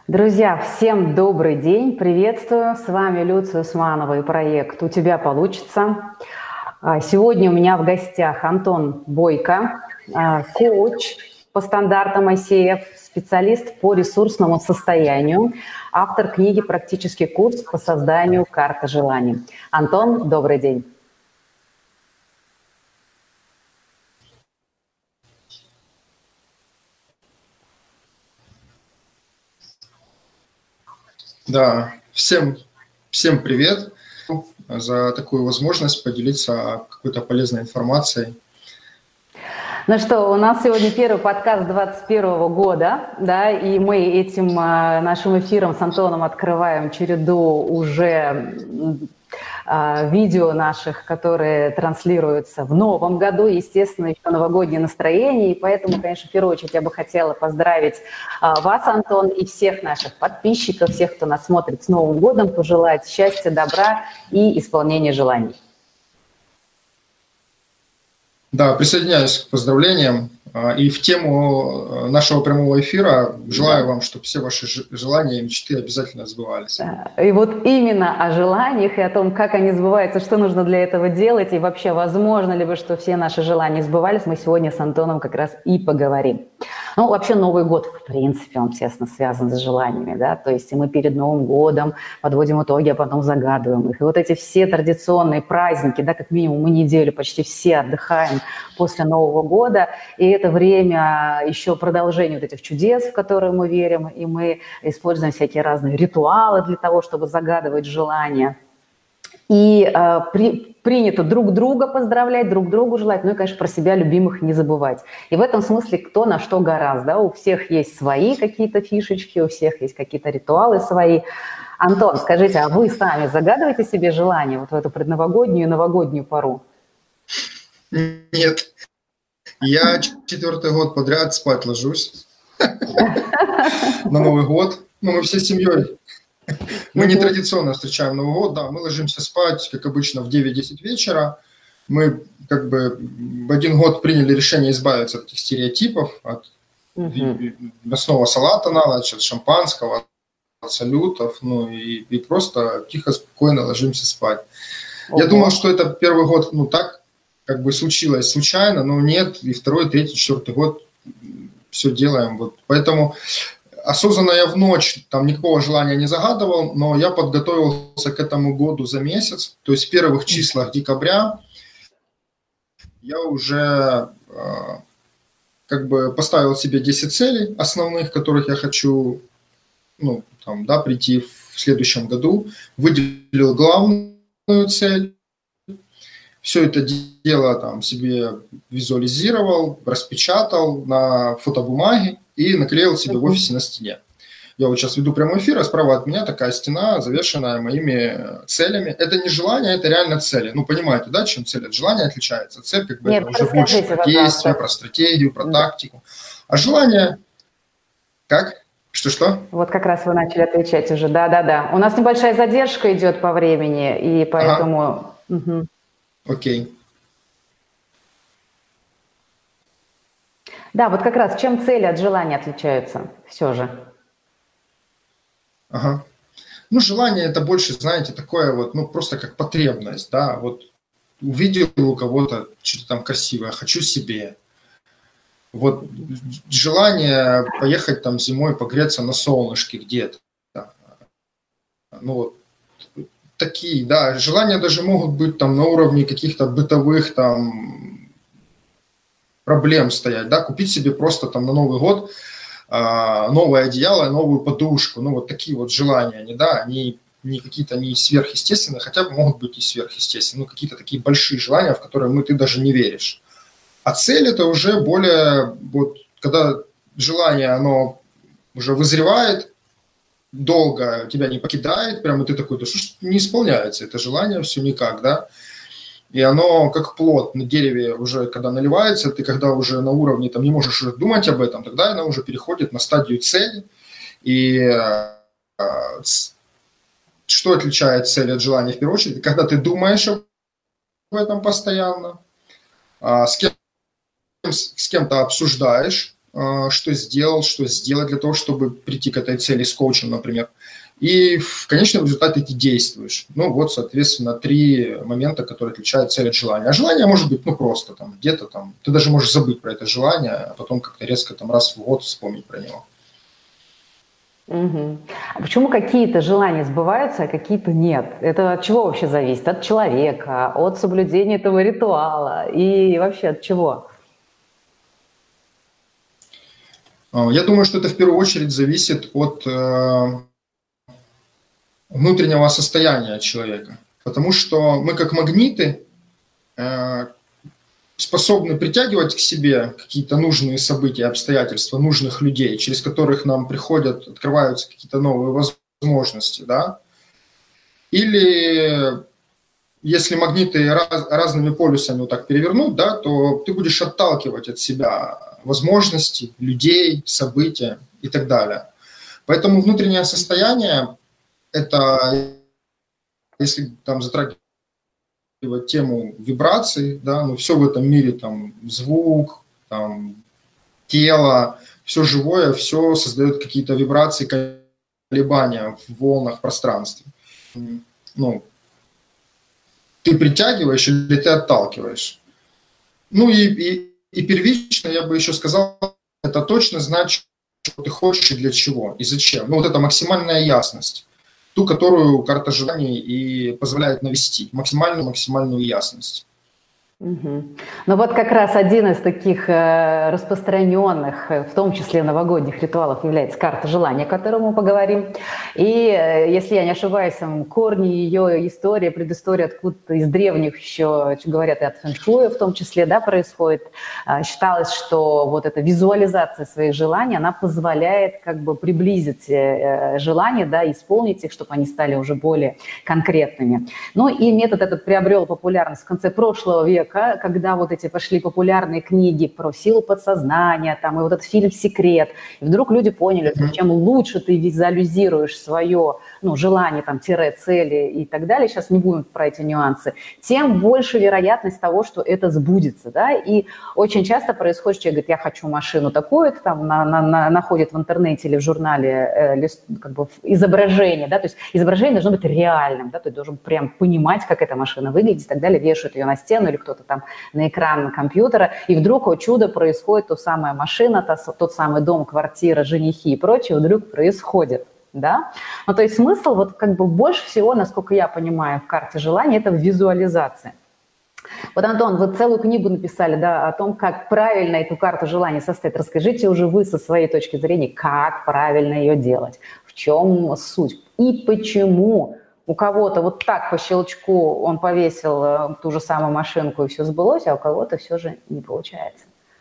Друзья, всем добрый день, приветствую, с вами Люция Усманова и проект «У тебя получится». Сегодня у меня в гостях Антон Бойко, коуч по стандартам ICF, специалист по ресурсному состоянию, автор книги «Практический курс по созданию карты желаний». Антон, добрый день. Да, всем привет за такую возможность поделиться какой-то полезной информацией. Ну что, у нас сегодня первый подкаст 2021 года, да, и мы этим нашим эфиром с Антоном открываем череду уже видео наших, которые транслируются в новом году, естественно, еще новогоднее настроение, и поэтому, конечно, в первую очередь я бы хотела поздравить вас, Антон, и всех наших подписчиков, всех, кто нас смотрит с Новым годом, пожелать счастья, добра и исполнения желаний. Да, присоединяюсь к поздравлениям. И в тему нашего прямого эфира желаю вам, чтобы все ваши желания и мечты обязательно сбывались. И вот именно о желаниях и о том, как они сбываются, что нужно для этого делать, и вообще возможно ли бы, что все наши желания сбывались, мы сегодня с Антоном как раз и поговорим. Ну, вообще Новый год, в принципе, он тесно связан с желаниями, да, то есть и мы перед Новым годом подводим итоги, а потом загадываем их. И вот эти все традиционные праздники, да, как минимум мы неделю почти все отдыхаем после Нового года, и это время еще продолжение вот этих чудес, в которые мы верим, и мы используем всякие разные ритуалы для того, чтобы загадывать желания. И принято друг друга поздравлять, друг другу желать, ну и, конечно, про себя любимых не забывать. И в этом смысле кто на что гораздо. Да? У всех есть свои какие-то фишечки, у всех есть какие-то ритуалы свои. Антон, скажите, а вы сами загадываете себе желание вот в эту предновогоднюю и новогоднюю пору? Нет. Я 4-й год подряд спать ложусь на Новый год. Ну, мы всей семьей. Мы нетрадиционно встречаем Новый год, да, мы ложимся спать, как обычно, в 9-10 вечера. Мы как бы в один год приняли решение избавиться от этих стереотипов, от мясного салата на ночь, от шампанского, от салютов, ну и просто тихо, спокойно ложимся спать. Я думал, что это первый год, ну так, как бы случилось случайно, но нет, и 2-й, 3-й, 4-й год все делаем. Вот. Поэтому осознанно я в ночь там никакого желания не загадывал, но я подготовился к этому году за месяц. То есть в первых числах декабря я уже как бы поставил себе 10 целей основных, которых я хочу, ну, там, да, прийти в следующем году. Выделил главную цель. Все это дело там себе визуализировал, распечатал на фотобумаге и наклеил себе в офисе на стене. Я вот сейчас веду прямой эфир, а справа от меня такая стена, завешенная моими целями. Это не желание, это реально цели. Ну, понимаете, да, чем цель от желания отличается? Цель как бы это уже больше про действие, про стратегию, про тактику. А желание... Как? Что-что? Вот как раз вы начали отвечать уже. Да. У нас небольшая задержка идет по времени, и поэтому... Ага. Окей. Да, вот как раз чем цели от желания отличаются все же? Ага. Ну, желание это больше, знаете, такое вот, ну, просто как потребность, да, вот увидел у кого-то что-то там красивое, хочу себе. Вот желание поехать там зимой погреться на солнышке где-то. Ну, вот такие, да, желания даже могут быть там на уровне каких-то бытовых там проблем стоять, да, купить себе просто там на Новый год новое одеяло, новую подушку, ну вот такие вот желания, они не какие-то не сверхъестественные, хотя бы могут быть и сверхъестественные, ну какие-то такие большие желания, в которые ты даже не веришь. А цель это уже более, вот когда желание, оно уже вызревает, долго тебя не покидает, прямо ты такой, да что ж не исполняется это желание, все никак, да, и оно как плод на дереве уже, когда наливается, ты когда уже на уровне там не можешь думать об этом, тогда оно уже переходит на стадию цели, и что отличает цель от желания в первую очередь, когда ты думаешь об этом постоянно, с кем-то обсуждаешь что сделал, что сделать для того, чтобы прийти к этой цели с коучем, например. И в конечном результате ты действуешь. Ну, вот, соответственно, 3 момента, которые отличают цель от желания. А желание может быть, ну, просто там, где-то там, ты даже можешь забыть про это желание, а потом как-то резко там раз в год вспомнить про него. Угу. А почему какие-то желания сбываются, а какие-то нет? Это от чего вообще зависит? От человека, от соблюдения этого ритуала и вообще от чего? Я думаю, что это в первую очередь зависит от внутреннего состояния человека. Потому что мы как магниты способны притягивать к себе какие-то нужные события, обстоятельства, нужных людей, через которых нам приходят, открываются какие-то новые возможности, да. Или если магниты разными полюсами вот так перевернуть, да, то ты будешь отталкивать от себя возможности, людей, события и так далее. Поэтому внутреннее состояние – это, если там затрагивать тему вибраций, да, ну, все в этом мире, там, звук, там, тело, все живое, все создает какие-то вибрации, колебания в волнах пространства. Ну, ты притягиваешь или ты отталкиваешь. Ну и первично, я бы еще сказал, это точно знать, что ты хочешь и для чего, и зачем. Ну вот это максимальная ясность, ту, которую карта желаний и позволяет навести, максимальную ясность. Угу. Ну вот как раз один из таких распространенных, в том числе новогодних ритуалов, является карта желания, о которой мы поговорим. И, если я не ошибаюсь, корни ее истории, предыстория откуда-то из древних еще, говорят, и от фэншуя в том числе, да, происходит. Считалось, что вот эта визуализация своих желаний, она позволяет как бы приблизить желания, да, исполнить их, чтобы они стали уже более конкретными. Ну и метод этот приобрел популярность в конце прошлого века, когда вот эти пошли популярные книги про силу подсознания, там, и вот этот фильм «Секрет». И вдруг люди поняли, что чем лучше ты визуализируешь свое, ну, желание, там, цели и так далее, сейчас не будем про эти нюансы, тем больше вероятность того, что это сбудется, да, и очень часто происходит, что человек говорит, я хочу машину такую-то, там, находит в интернете или в журнале как бы изображение, да, то есть изображение должно быть реальным, да, то есть должен прям понимать, как эта машина выглядит и так далее, вешают ее на стену или кто-то там на экран компьютера, и вдруг, о чудо, происходит та самая машина, тот самый дом, квартира, женихи и прочее, вдруг происходит, да? Ну, то есть смысл, вот как бы больше всего, насколько я понимаю, в карте желаний, это визуализация. Вот, Антон, вы целую книгу написали, да, о том, как правильно эту карту желаний составить. Расскажите уже вы со своей точки зрения, как правильно ее делать, в чем суть и почему у кого-то вот так по щелчку он повесил ту же самую машинку и все сбылось, а у кого-то все же не получается.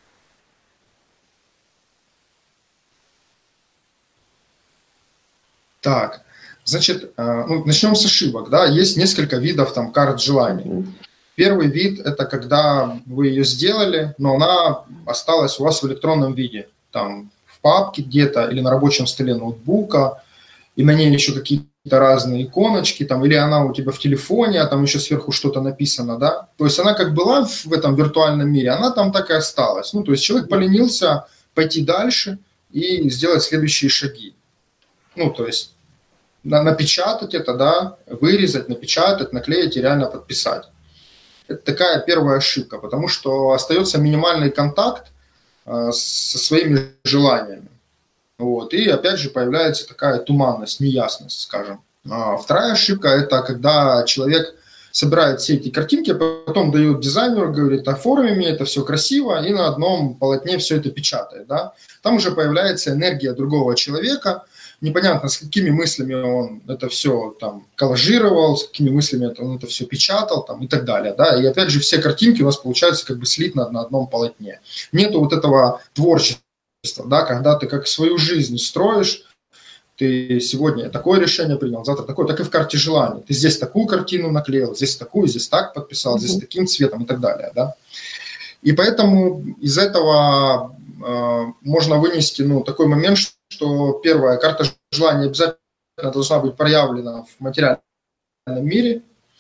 Так, значит, ну, начнем с ошибок, да, есть несколько видов там карт желаний. Первый вид – это когда вы ее сделали, но она осталась у вас в электронном виде, там в папке где-то или на рабочем столе ноутбука, и на ней еще какие-то разные иконочки, там, или она у тебя в телефоне, а там еще сверху что-то написано, да. То есть она как была в этом виртуальном мире, она там так и осталась. Ну, то есть человек поленился пойти дальше и сделать следующие шаги. Ну, то есть напечатать это, да, вырезать, напечатать, наклеить и реально подписать. Это такая первая ошибка, потому что остается минимальный контакт со своими желаниями. Вот. И опять же появляется такая туманность, неясность, скажем. Вторая ошибка – это когда человек собирает все эти картинки, потом дает дизайнеру, говорит, оформи мне это все красиво, и на одном полотне все это печатает. Да? Там уже появляется энергия другого человека, непонятно, с какими мыслями он это все там коллажировал, с какими мыслями он это все печатал там, и так далее. Да? И опять же все картинки у нас получаются как бы слитно на одном полотне. Нету вот этого творчества, да, когда ты как свою жизнь строишь, ты сегодня такое решение принял, завтра такое, так и в карте желаний. Ты здесь такую картину наклеил, здесь такую, здесь так подписал, здесь таким цветом и так далее. Да? И поэтому из этого можно вынести такой момент, что первая карта желаний обязательно должна быть проявлена в материальном мире.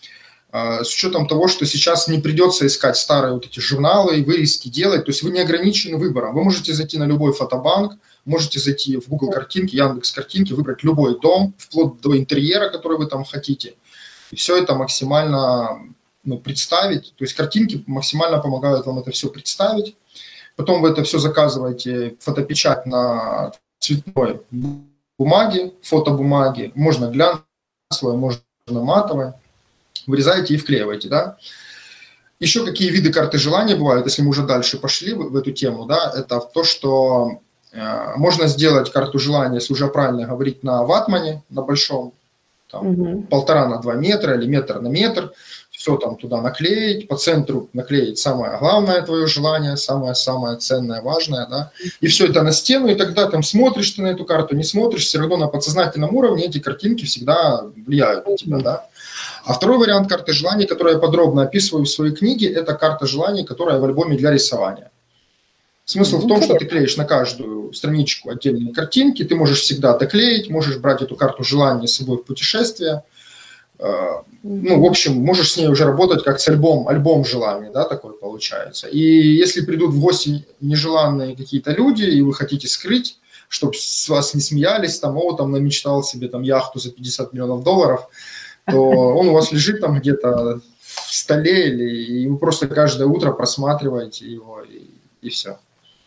с учетом того, что сейчас не придется искать старые вот эти журналы и вырезки делать, то есть вы не ограничены выбором. Вы можете зайти на любой фотобанк, можете зайти в Google картинки, Яндекс картинки, выбрать любой дом, вплоть до интерьера, который вы там хотите. И все это максимально представить. То есть картинки максимально помогают вам это все представить. Потом вы это все заказываете, фотопечать на цветной бумаге, фотобумаге. Можно глянцевой, можно матовой. Вырезаете и вклеиваете, да. Еще какие виды карты желания бывают, если мы уже дальше пошли в эту тему, да, это то, что можно сделать карту желания, если уже правильно говорить, на ватмане, на большом, там, 1,5 на 2 метра или метр на метр, все там туда наклеить, по центру наклеить самое главное твое желание, самое-самое ценное, важное, да, и все это на стену, и тогда там смотришь ты на эту карту, не смотришь, все равно на подсознательном уровне эти картинки всегда влияют на тебя, да. А второй вариант карты желаний, который я подробно описываю в своей книге, это карта желаний, которая в альбоме для рисования. Смысл в том, что ты клеишь на каждую страничку отдельные картинки, ты можешь всегда доклеить, можешь брать эту карту желаний с собой в путешествие. В общем, можешь с ней уже работать как с альбом желаний, да, такой получается. И если придут в гости нежеланные какие-то люди, и вы хотите скрыть, чтобы с вас не смеялись, там, намечтал себе там яхту за 50 миллионов долларов, то он у вас лежит там где-то в столе, и вы просто каждое утро просматриваете его, и все.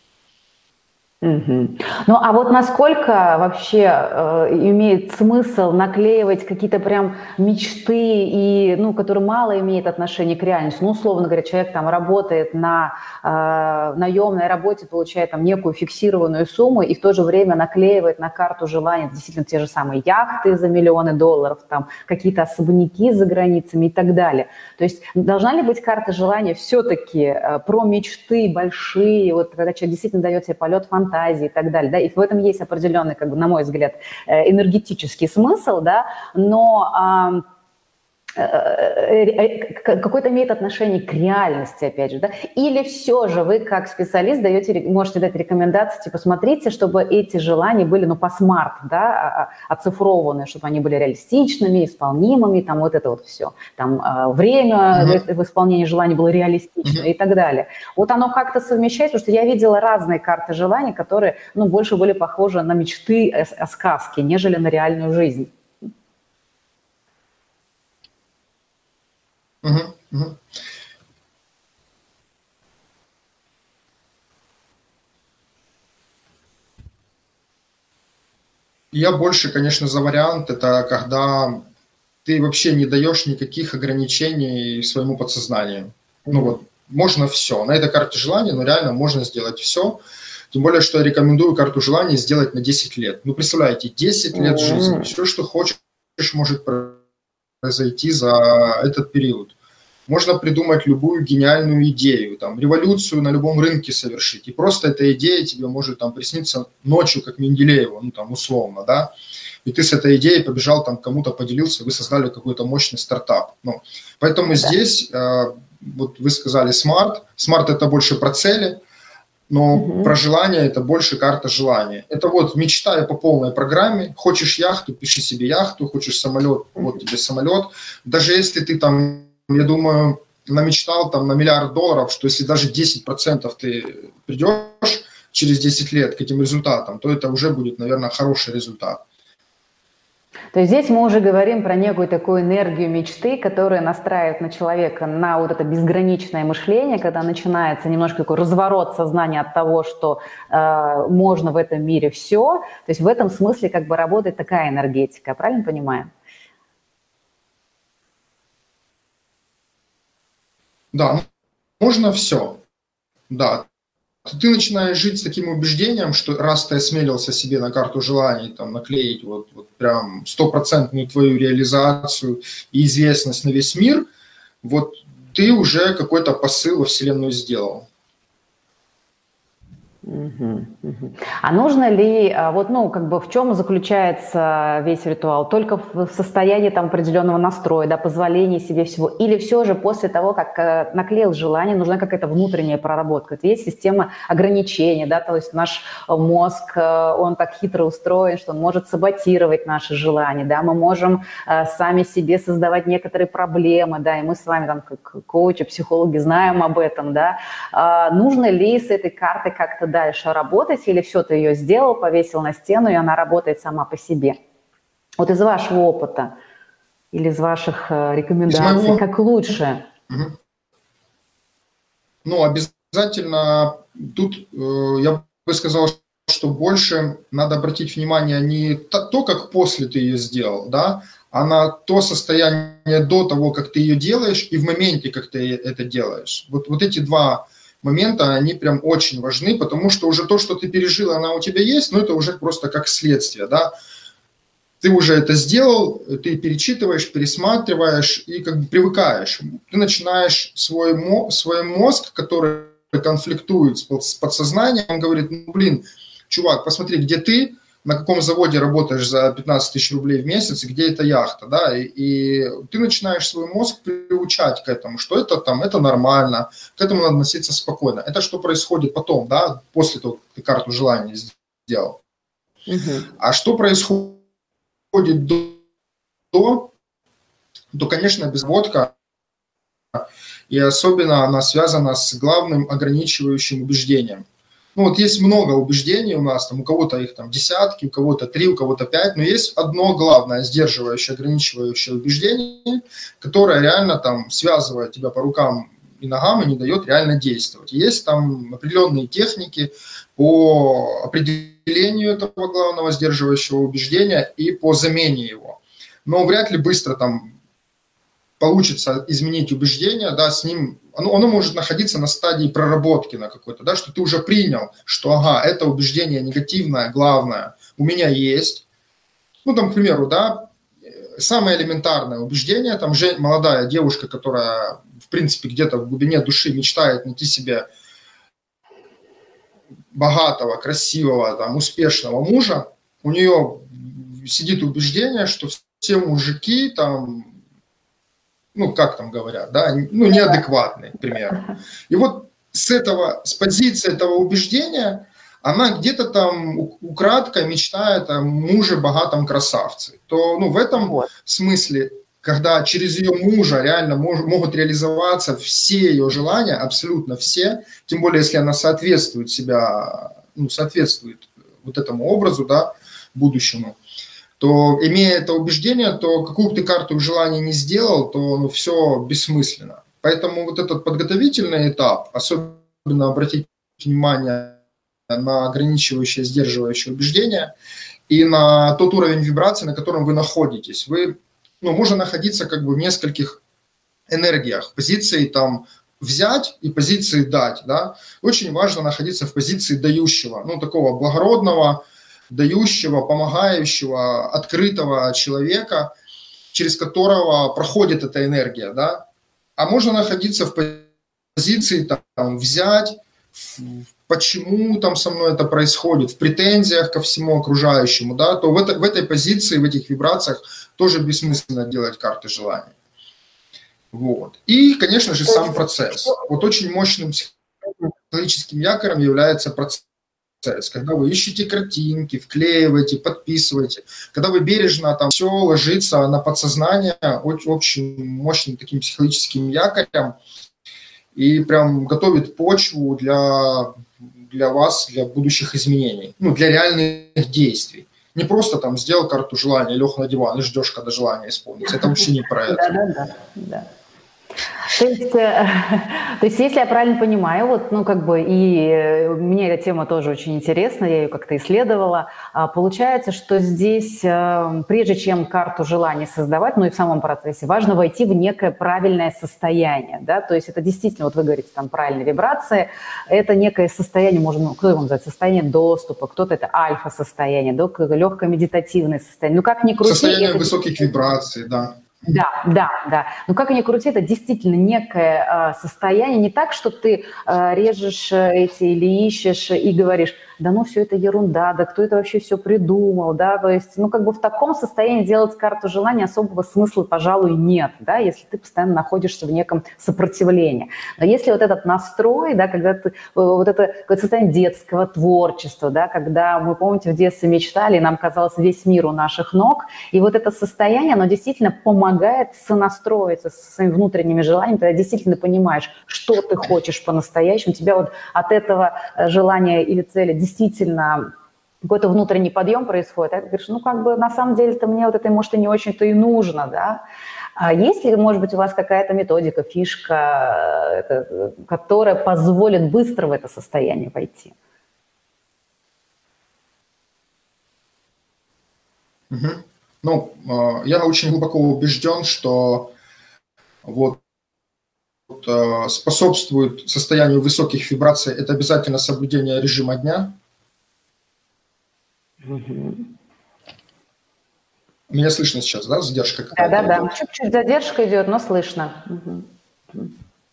Ну, а вот насколько вообще имеет смысл наклеивать какие-то прям мечты, и, которые мало имеют отношения к реальности? Условно говоря, человек там работает на наемной работе, получает там некую фиксированную сумму и в то же время наклеивает на карту желаний действительно те же самые яхты за миллионы долларов, там какие-то особняки за границами и так далее. То есть должна ли быть карта желаний все-таки про мечты большие, вот когда человек действительно дает себе полет фантазии и так далее, да, и в этом есть определенный, на мой взгляд, энергетический смысл, да, но какой-то имеет отношение к реальности, опять же, да, или все же вы, как специалист, можете дать рекомендации, типа, смотрите, чтобы эти желания были, по смарт, да, оцифрованы, чтобы они были реалистичными, исполнимыми, там, вот это вот все, там, время в исполнении желаний было реалистично и так далее. Вот оно как-то совмещается, потому что я видела разные карты желаний, которые, больше были похожи на мечты о сказке, нежели на реальную жизнь. Я больше, конечно, за вариант, это когда ты вообще не даешь никаких ограничений своему подсознанию. Можно все. На этой карте желаний, реально можно сделать все. Тем более, что я рекомендую карту желаний сделать на 10 лет. Представляете, 10 лет жизни. Все, что хочешь, может произойти за этот период. Можно придумать любую гениальную идею, там, революцию на любом рынке совершить. И просто эта идея тебе может там присниться ночью, как Менделееву, условно, да. И ты с этой идеей побежал, там, кому-то поделился, вы создали какой-то мощный стартап. Поэтому здесь, вот вы сказали смарт. Смарт – это больше про цели, но про желание это больше карта желания. Это вот мечтая по полной программе. Хочешь яхту, пиши себе яхту. Хочешь самолет, вот тебе самолет. Даже если ты там, я думаю, намечтал там на $1 миллиард, что если даже 10% ты придешь через 10 лет к этим результатам, то это уже будет, наверное, хороший результат. То есть здесь мы уже говорим про некую такую энергию мечты, которая настраивает на человека на вот это безграничное мышление, когда начинается немножко такой разворот сознания от того, что можно в этом мире все. То есть в этом смысле работает такая энергетика, правильно понимаю? Да, можно все. Да. Ты начинаешь жить с таким убеждением, что раз ты осмелился себе на карту желаний там, наклеить вот прям 100% твою реализацию и известность на весь мир, вот ты уже какой-то посыл во Вселенную сделал. Мгм, мгм. А нужно ли, вот, ну, как бы в чем заключается весь ритуал? Только в состоянии там определенного настроя, да, позволения себе всего? Или все же после того, как наклеил желание, нужна какая-то внутренняя проработка? Это есть система ограничений, да, то есть наш мозг, он так хитро устроен, что он может саботировать наши желания, да, мы можем сами себе создавать некоторые проблемы, да, и мы с вами там как коучи, психологи знаем об этом, да. Нужно ли с этой картой как-то дальше работать, или все, ты ее сделал, повесил на стену, и она работает сама по себе? Вот из вашего опыта или из ваших Из рекомендаций, моего... как лучше? Мгм. Ну, обязательно тут я бы сказал, что больше надо обратить внимание не то, как после ты ее сделал, да, а на то состояние до того, как ты ее делаешь, и в моменте, как ты это делаешь. Вот эти два момента, они прям очень важны, потому что уже то, что ты пережил, она у тебя есть, но это уже просто как следствие, да. Ты уже это сделал, ты перечитываешь, пересматриваешь и как бы привыкаешь. Ты начинаешь свой мозг, который конфликтует с подсознанием, он говорит, ну, блин, чувак, посмотри, где ты, на каком заводе работаешь за 15 тысяч рублей в месяц, и где эта яхта, да, и ты начинаешь свой мозг приучать к этому, что это там, это нормально, к этому надо относиться спокойно. Это что происходит потом, да, после того, как ты карту желаний сделал. Угу. А что происходит до, то, конечно, безводка, и особенно она связана с главным ограничивающим убеждением. Ну вот есть много убеждений у нас, там, у кого-то их там десятки, у кого-то 3, у кого-то 5, но есть одно главное сдерживающее, ограничивающее убеждение, которое реально там связывает тебя по рукам и ногам и не дает реально действовать. Есть там определенные техники по определению этого главного сдерживающего убеждения и по замене его. Но вряд ли быстро там получится изменить убеждение, да, с ним, оно может находиться на стадии проработки на какой-то, да, что ты уже принял, что, ага, это убеждение негативное, главное, у меня есть. Ну, там, к примеру, да, самое элементарное убеждение, там, молодая девушка, которая, в принципе, где-то в глубине души мечтает найти себе богатого, красивого, там, успешного мужа, у нее сидит убеждение, что все мужики, там, ну, как там говорят, да, ну, неадекватные, к примеру. И вот с позиции этого убеждения она где-то там украдкой мечтает о муже богатом красавце. То, ну, в этом смысле, когда через ее мужа реально могут реализоваться все ее желания, абсолютно все, тем более, если она соответствует себя, ну, соответствует вот этому образу, да, будущему, то, имея это убеждение, то какую бы ты карту желаний не сделал, то, ну, все бессмысленно. Поэтому вот этот подготовительный этап, особенно обратить внимание на ограничивающее, сдерживающее убеждение и на тот уровень вибрации, на котором вы находитесь. Вы, ну, можно находиться как бы в нескольких энергиях, позиции там взять и позиции дать, да. Очень важно находиться в позиции дающего, ну, такого благородного, дающего, помогающего, открытого человека, через которого проходит эта энергия, да. А можно находиться в позиции там, взять, почему там со мной это происходит, в претензиях ко всему окружающему, да, то в этой позиции, в этих вибрациях тоже бессмысленно делать карты желаний. Вот. И, конечно же, сам процесс. Вот очень мощным психологическим якорем является процесс. Когда вы ищете картинки, вклеиваете, подписываете, когда вы бережно там все ложится на подсознание очень мощным таким психологическим якорем и прям готовит почву для вас, для будущих изменений, ну, для реальных действий. Не просто там сделал карту желания, лег на диван и ждешь, когда желание исполнится. Это вообще не про это. Да. То есть, если я правильно понимаю, вот, ну, как бы, и мне эта тема тоже очень интересна, я ее как-то исследовала, получается, что здесь, прежде чем карту желаний создавать, ну, и в самом процессе, важно войти в некое правильное состояние, да, то есть это действительно, вот вы говорите, там, правильные вибрации, это некое состояние, можно, кто его называет, состояние доступа, кто-то это альфа-состояние, легкое медитативное состояние, ну, как ни крути. Состояние высоких вибраций, да. Да, да, да. Ну, как ни крути, это действительно некое состояние. Не так, что ты режешь эти или ищешь и говоришь, да ну все это ерунда, да кто это вообще все придумал, да, то есть, ну, как бы в таком состоянии делать карту желания особого смысла, пожалуй, нет, да, если ты постоянно находишься в неком сопротивлении. Но если вот этот настрой, да, когда ты, вот это какое-то состояние детского творчества, да, когда мы, помните, в детстве мечтали, и нам казалось весь мир у наших ног, и вот это состояние, оно действительно помогает сонастроиться со своими внутренними желаниями, когда действительно понимаешь, что ты хочешь по-настоящему, у тебя вот от этого желания или цели действительно какой-то внутренний подъем происходит, а ты говоришь, ну, как бы, на самом деле-то мне вот это, может, и не очень-то и нужно, да. А есть ли, может быть, у вас какая-то методика, фишка, которая позволит быстро в это состояние войти? Мгм. Ну, я очень глубоко убежден, что вот способствует состоянию высоких вибраций это обязательно соблюдение режима дня. Мгм. Меня слышно сейчас, да? Задержка какая-то Да-да-да, идет. чуть-чуть задержка идет, но слышно. Мгм.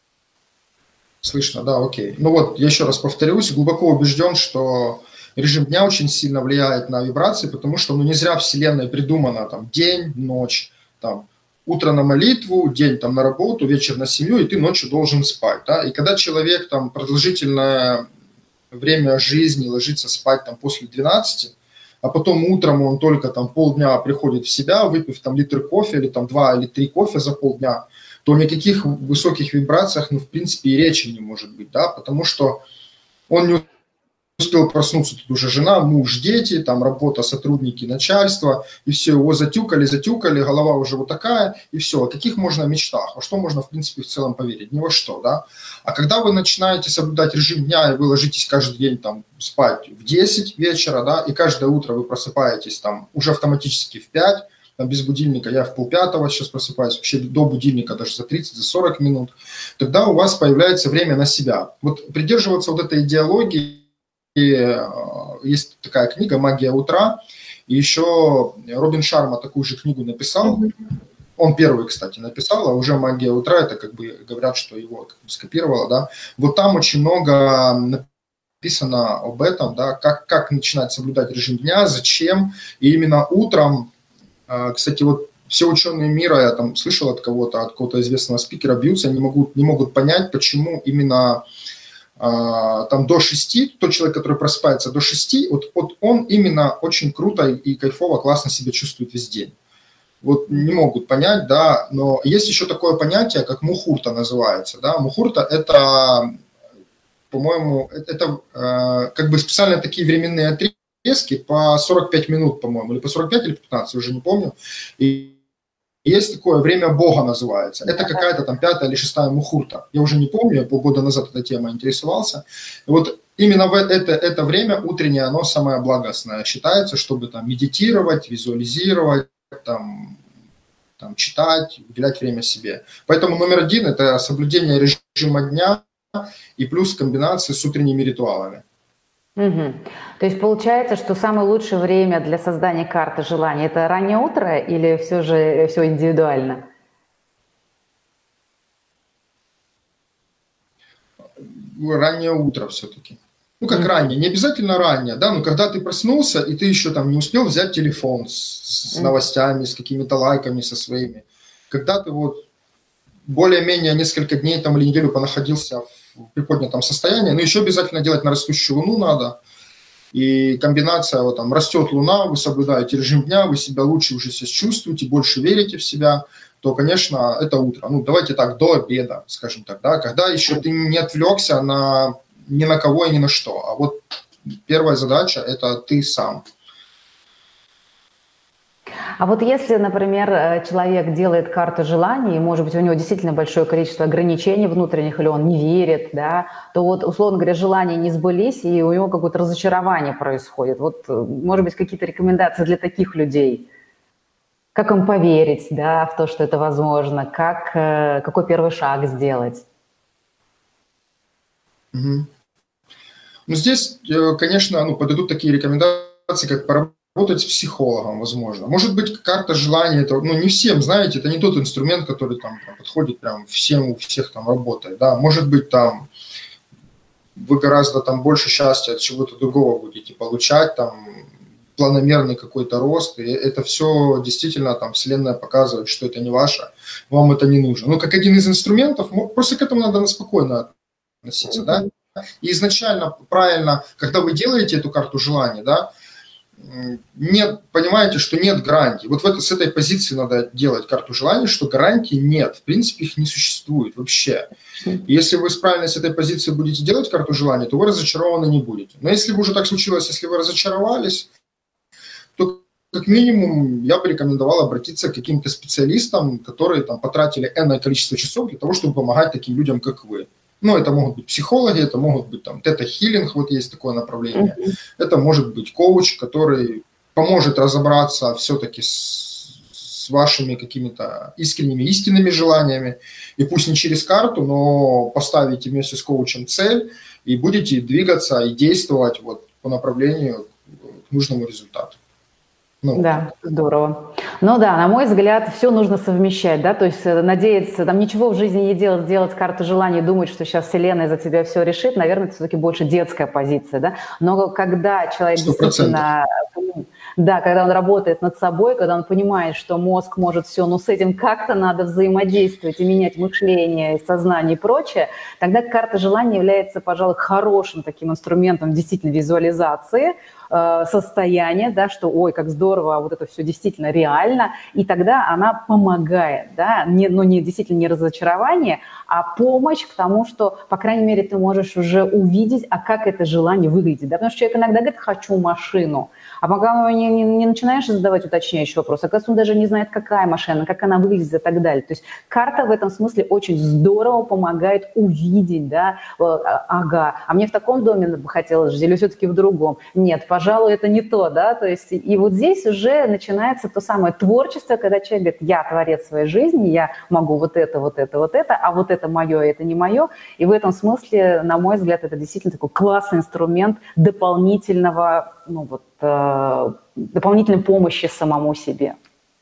Слышно, да, окей. Ну вот, я еще раз повторюсь, глубоко убежден, что режим дня очень сильно влияет на вибрации, потому что, ну, не зря Вселенной придумано там день, ночь, там, утро на молитву, день там на работу, вечер на семью, и ты ночью должен спать, да. И когда человек там продолжительное время жизни ложится спать там после 12, а потом утром он только там полдня приходит в себя, выпив там литр кофе или там 2 или 3 кофе за полдня, то о никаких высоких вибрациях, ну, в принципе, и речи не может быть, да, потому что он не успел проснуться, тут уже жена, муж, дети, там работа, сотрудники, начальство, и все, его затюкали, голова уже вот такая, и все. О каких можно мечтах? Во что можно, в принципе, в целом поверить? Ни во что, да? А когда вы начинаете соблюдать режим дня, и вы ложитесь каждый день там спать в 10 вечера, да, и каждое утро вы просыпаетесь там уже автоматически в 5, там, без будильника, я в 4:30 сейчас просыпаюсь, вообще до будильника даже за 30, за 40 минут, тогда у вас появляется время на себя. Вот придерживаться вот этой идеологии. И есть такая книга «Магия утра», и еще Робин Шарма такую же книгу написал. Он первый, кстати, написал, а уже «Магия утра» это как бы говорят, что его как бы скопировало, да. Вот там очень много написано об этом, да, как начинать соблюдать режим дня, зачем, и именно утром, кстати, вот все ученые мира, я там слышал от кого-то, от какого-то известного спикера, бьются, не могут понять, почему именно там до 6, тот человек, который просыпается до 6, вот он именно очень круто и кайфово, классно себя чувствует весь день. Вот не могут понять, да, но есть еще такое понятие, как мухурта называется, да, мухурта это, по-моему, это как бы специально такие временные отрезки по 45 минут, по-моему, или по 45, или по 15, уже не помню, и есть такое время Бога называется. Это какая-то там 5-я или 6-я мухурта. Я уже не помню, я полгода назад этой темой интересовался. И вот именно в это время утреннее, оно самое благостное считается, чтобы там медитировать, визуализировать, там читать, уделять время себе. Поэтому номер 1 – это соблюдение режима дня и плюс комбинации с утренними ритуалами. Угу. То есть получается, что самое лучшее время для создания карты желаний – это раннее утро или все же все индивидуально? Раннее утро все-таки. Ну, как раннее, не обязательно раннее, да, но когда ты проснулся, и ты еще там не успел взять телефон с новостями, с какими-то лайками, со своими. Когда ты вот более-менее несколько дней там или неделю понаходился в приподнятом состоянии, но еще обязательно делать на растущую луну надо. И комбинация, вот там растет луна, вы соблюдаете режим дня, вы себя лучше уже сейчас чувствуете, больше верите в себя, то, конечно, это утро. Ну, давайте так, до обеда, скажем так, да, когда еще ты не отвлекся ни на кого и ни на что. А вот первая задача – это ты сам. А вот если, например, человек делает карту желаний, и, может быть, у него действительно большое количество ограничений внутренних, или он не верит, да, то вот, условно говоря, желания не сбылись, и у него какое-то разочарование происходит. Вот, может быть, какие-то рекомендации для таких людей? Как им поверить, да, в то, что это возможно? Какой первый шаг сделать? Угу. Ну, здесь, конечно, подойдут такие рекомендации, как поработать с психологом, возможно. Может быть, карта желания, это, ну, не всем, знаете, это не тот инструмент, который там подходит прям всем, у всех там работает, да. Может быть, там вы гораздо там больше счастья от чего-то другого будете получать, там, планомерный какой-то рост, и это все действительно там Вселенная показывает, что это не ваше, вам это не нужно. Ну, как один из инструментов, просто к этому надо спокойно относиться, да. И изначально правильно, когда вы делаете эту карту желаний, да, нет, понимаете, что нет гарантий. Вот с этой позиции надо делать карту желаний, что гарантий нет, в принципе их не существует вообще. И если вы правильно с этой позиции будете делать карту желаний, то вы разочарованы не будете. Но если бы уже так случилось, если вы разочаровались, то как минимум я бы рекомендовал обратиться к каким-то специалистам, которые там потратили энное количество часов для того, чтобы помогать таким людям, как вы. Ну, это могут быть психологи, это могут быть там тета-хилинг, вот есть такое направление. Это может быть коуч, который поможет разобраться все-таки с вашими какими-то истинными желаниями. И пусть не через карту, но поставите вместе с коучем цель и будете двигаться и действовать вот по направлению к нужному результату. Ну, да, здорово. Ну да, на мой взгляд, все нужно совмещать, да, то есть надеяться, там ничего в жизни не делать карту желаний, думать, что сейчас Вселенная за тебя все решит, наверное, это все-таки больше детская позиция, да. Но когда человек 100%. действительно, да, когда он работает над собой, когда он понимает, что мозг может все, но с этим как-то надо взаимодействовать и менять мышление, сознание и прочее, тогда карта желаний является, пожалуй, хорошим таким инструментом действительно визуализации состояния, да, что ой, как здорово, вот это все действительно реально, и тогда она помогает, да, не действительно не разочарование, а помощь к тому, что, по крайней мере, ты можешь уже увидеть, а как это желание выглядит, да, потому что человек иногда говорит «хочу машину», а пока не начинаешь задавать уточняющий вопрос, оказывается, он даже не знает, какая машина, как она выглядит и так далее. То есть карта в этом смысле очень здорово помогает увидеть, да, ага, а мне в таком доме бы хотелось жить или все-таки в другом? Нет, пожалуй, это не то, да, то есть и вот здесь уже начинается то самое творчество, когда человек говорит, я творец своей жизни, я могу вот это, а вот это мое, это не мое, и в этом смысле, на мой взгляд, это действительно такой классный инструмент дополнительного, ну вот, дополнительной помощи самому себе.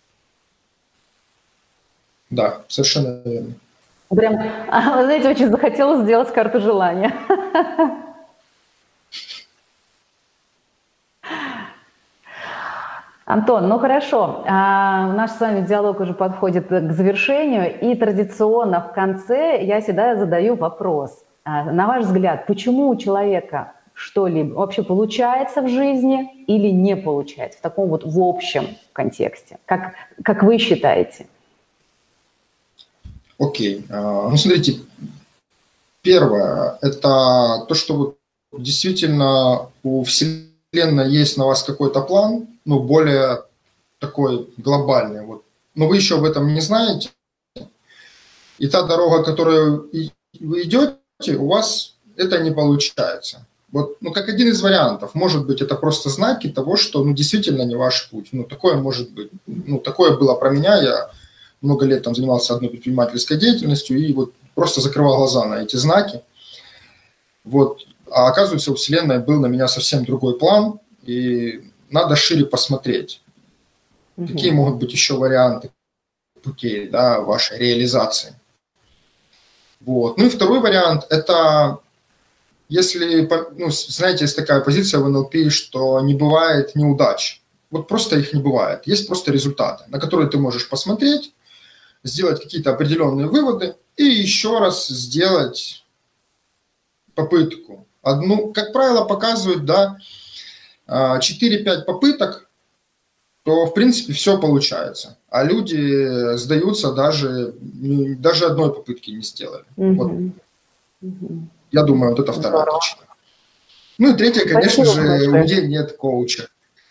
Да, совершенно верно. Прям, вы знаете, очень захотелось сделать карту желания. Антон, ну хорошо, наш с вами диалог уже подходит к завершению, и традиционно в конце я всегда задаю вопрос. На ваш взгляд, почему у человека что-либо вообще получается в жизни или не получается в таком вот в общем контексте? Как вы считаете? Окей. Ну, смотрите, первое, это то, что вот действительно у Вселенной есть на вас какой-то план, ну, более такой глобальный. Вот. Но вы еще об этом не знаете. И та дорога, которую вы идете, у вас это не получается. Вот, ну, как один из вариантов. Может быть, это просто знаки того, что, ну, действительно не ваш путь. Ну, такое может быть. Ну, такое было про меня. Я много лет там занимался одной предпринимательской деятельностью и вот просто закрывал глаза на эти знаки. Вот. А оказывается, у Вселенной был на меня совсем другой план, и надо шире посмотреть, какие могут быть еще варианты путей, да, вашей реализации. Вот. Ну и второй вариант – это если, ну, знаете, есть такая позиция в НЛП, что не бывает неудач. Вот просто их не бывает. Есть просто результаты, на которые ты можешь посмотреть, сделать какие-то определенные выводы и еще раз сделать попытку. Одну, как правило, показывают, да, 4-5 попыток, то, в принципе, все получается. А люди сдаются, даже одной попытки не сделали. Вот. Я думаю, вот это вторая причина. Ну и третья, конечно же, у людей нет коуча.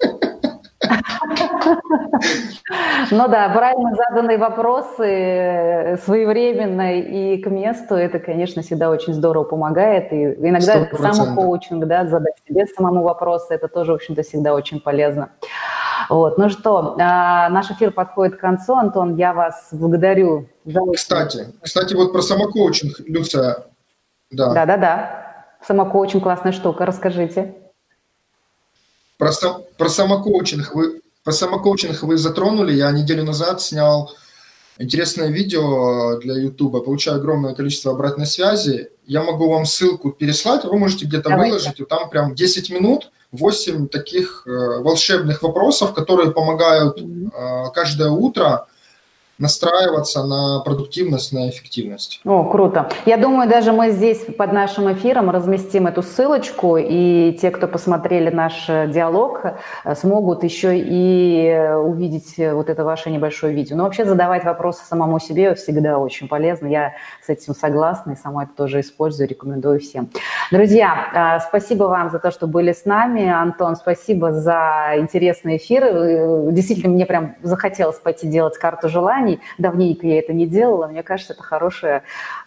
Ну да, правильно заданные вопросы своевременно и к месту, это, конечно, всегда очень здорово помогает. И иногда 100%. Самокоучинг, да, задать себе самому вопросы, это тоже, в общем-то, всегда очень полезно. Вот. Ну что, наш эфир подходит к концу. Антон, я вас благодарю. Кстати, вот про самокоучинг, Люция. Да. Самокоучинг классная штука, расскажите. Про самокоучинг вы затронули. Я неделю назад снял интересное видео для YouTube. Получаю огромное количество обратной связи. Я могу вам ссылку переслать, вы можете где-то выложить. И там прям 10 минут, 8 таких волшебных вопросов, которые помогают каждое утро настраиваться на продуктивность, на эффективность. О, круто. Я думаю, даже мы здесь под нашим эфиром разместим эту ссылочку, и те, кто посмотрели наш диалог, смогут еще и увидеть вот это ваше небольшое видео. Но вообще задавать вопросы самому себе всегда очень полезно. Я с этим согласна и сама это тоже использую, рекомендую всем. Друзья, спасибо вам за то, что были с нами. Антон, спасибо за интересный эфир. Действительно, мне прям захотелось пойти делать карту желаний. Давненько я это не делала. Мне кажется, это хорошее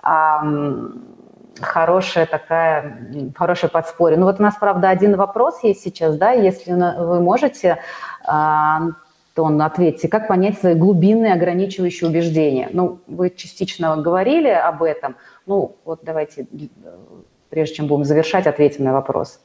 подспорье. Ну вот у нас, правда, один вопрос есть сейчас, да, если вы можете, Антон, ответьте, как понять свои глубинные ограничивающие убеждения? Ну, вы частично говорили об этом. Ну, вот давайте, прежде чем будем завершать, ответим на вопрос.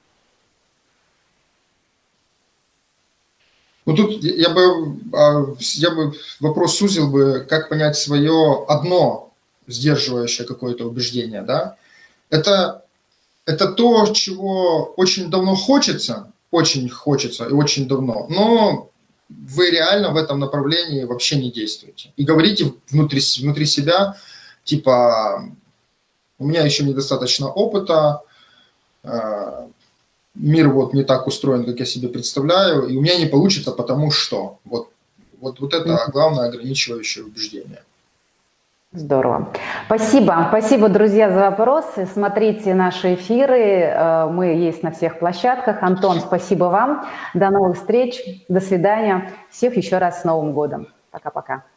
Ну, тут я бы вопрос сузил бы, как понять свое одно сдерживающее какое-то убеждение, да? Это то, чего очень давно хочется и очень давно, но вы реально в этом направлении вообще не действуете. И говорите внутри себя, типа, у меня еще недостаточно опыта, мир вот не так устроен, как я себе представляю, и у меня не получится, потому что. Вот это главное ограничивающее убеждение. Здорово. Спасибо, друзья, за вопросы. Смотрите наши эфиры. Мы есть на всех площадках. Антон, спасибо вам. До новых встреч. До свидания. Всех еще раз с Новым годом. Пока-пока.